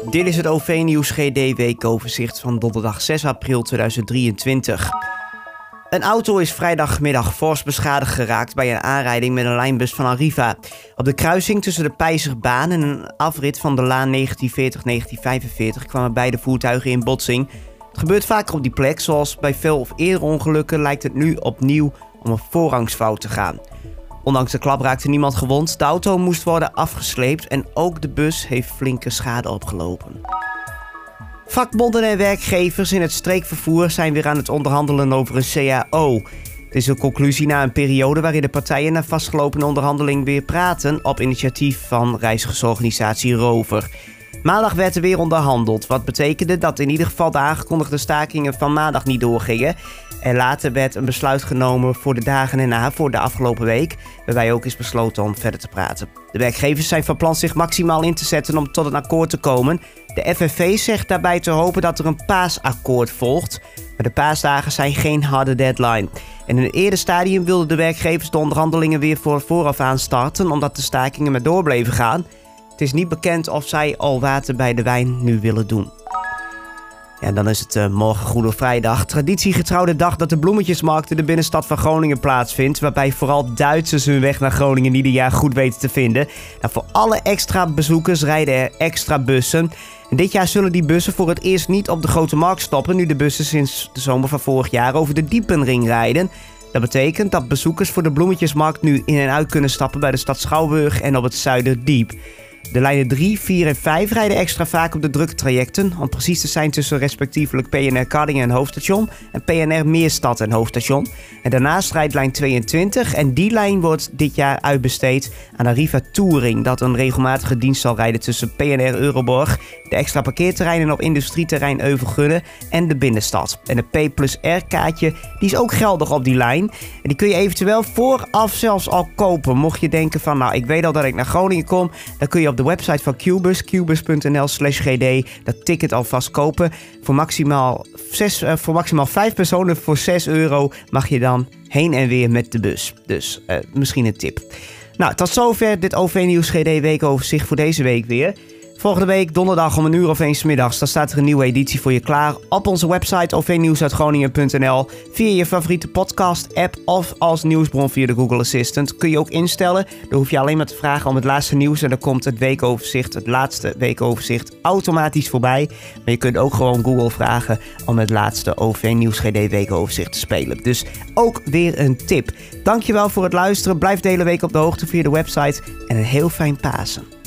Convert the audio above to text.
Dit is het OV-nieuws GD weekoverzicht van donderdag 6 april 2023. Een auto is vrijdagmiddag fors beschadigd geraakt bij een aanrijding met een lijnbus van Arriva. Op de kruising tussen de Peizergbaan en een afrit van de laan 1940-1945 kwamen beide voertuigen in botsing. Het gebeurt vaker op die plek, zoals bij veel of eerdere ongelukken lijkt het nu opnieuw om een voorrangsfout te gaan. Ondanks de klap raakte niemand gewond, de auto moest worden afgesleept en ook de bus heeft flinke schade opgelopen. Vakbonden en werkgevers in het streekvervoer zijn weer aan het onderhandelen over een CAO. Het is een conclusie na een periode waarin de partijen na vastgelopen onderhandeling weer praten op initiatief van reizigersorganisatie Rover. Maandag werd er weer onderhandeld, wat betekende dat in ieder geval de aangekondigde stakingen van maandag niet doorgingen. En later werd een besluit genomen voor de dagen erna voor de afgelopen week, waarbij ook is besloten om verder te praten. De werkgevers zijn van plan zich maximaal in te zetten om tot een akkoord te komen. De FNV zegt daarbij te hopen dat er een paasakkoord volgt, maar de paasdagen zijn geen harde deadline. En in een eerder stadium wilden de werkgevers de onderhandelingen weer vooraf aan starten, omdat de stakingen maar door bleven gaan. Het is niet bekend of zij al water bij de wijn nu willen doen. Ja, dan is het morgen Goede Vrijdag. Traditiegetrouw de dag dat de bloemetjesmarkt in de binnenstad van Groningen plaatsvindt, waarbij vooral Duitsers hun weg naar Groningen ieder jaar goed weten te vinden. Nou, voor alle extra bezoekers rijden er extra bussen. En dit jaar zullen die bussen voor het eerst niet op de Grote Markt stoppen, nu de bussen sinds de zomer van vorig jaar over de Diepenring rijden. Dat betekent dat bezoekers voor de bloemetjesmarkt nu in en uit kunnen stappen bij de stad Schouwburg en op het Zuiderdiep. De lijnen 3, 4 en 5 rijden extra vaak op de drukke trajecten, om precies te zijn tussen respectievelijk PNR Kardingen en Hoofdstation en PNR Meerstad en Hoofdstation. En daarnaast rijdt lijn 22 en die lijn wordt dit jaar uitbesteed aan Arriva Touring, dat een regelmatige dienst zal rijden tussen PNR Euroborg, de extra parkeerterreinen op industrieterrein Euvelgunne en de binnenstad. En de P+R kaartje die is ook geldig op die lijn. En die kun je eventueel vooraf zelfs al kopen. Mocht je denken van, nou, ik weet al dat ik naar Groningen kom, dan kun je op de website van Qbus, qbus.nl/gd, dat ticket alvast kopen. Voor maximaal 5 personen voor €6 mag je dan heen en weer met de bus. Dus misschien een tip. Nou, tot zover dit OV-nieuws GD weekoverzicht voor deze week weer. Volgende week donderdag om 1:01 's middags, dan staat er een nieuwe editie voor je klaar op onze website ovnieuwsuitgroningen.nl. Via je favoriete podcast-app of als nieuwsbron via de Google Assistant. Kun je ook instellen. Dan hoef je alleen maar te vragen om het laatste nieuws en dan komt het weekoverzicht, het laatste weekoverzicht, automatisch voorbij. Maar je kunt ook gewoon Google vragen om het laatste OV-nieuws GD weekoverzicht te spelen. Dus ook weer een tip. Dankjewel voor het luisteren. Blijf de hele week op de hoogte via de website en een heel fijn Pasen.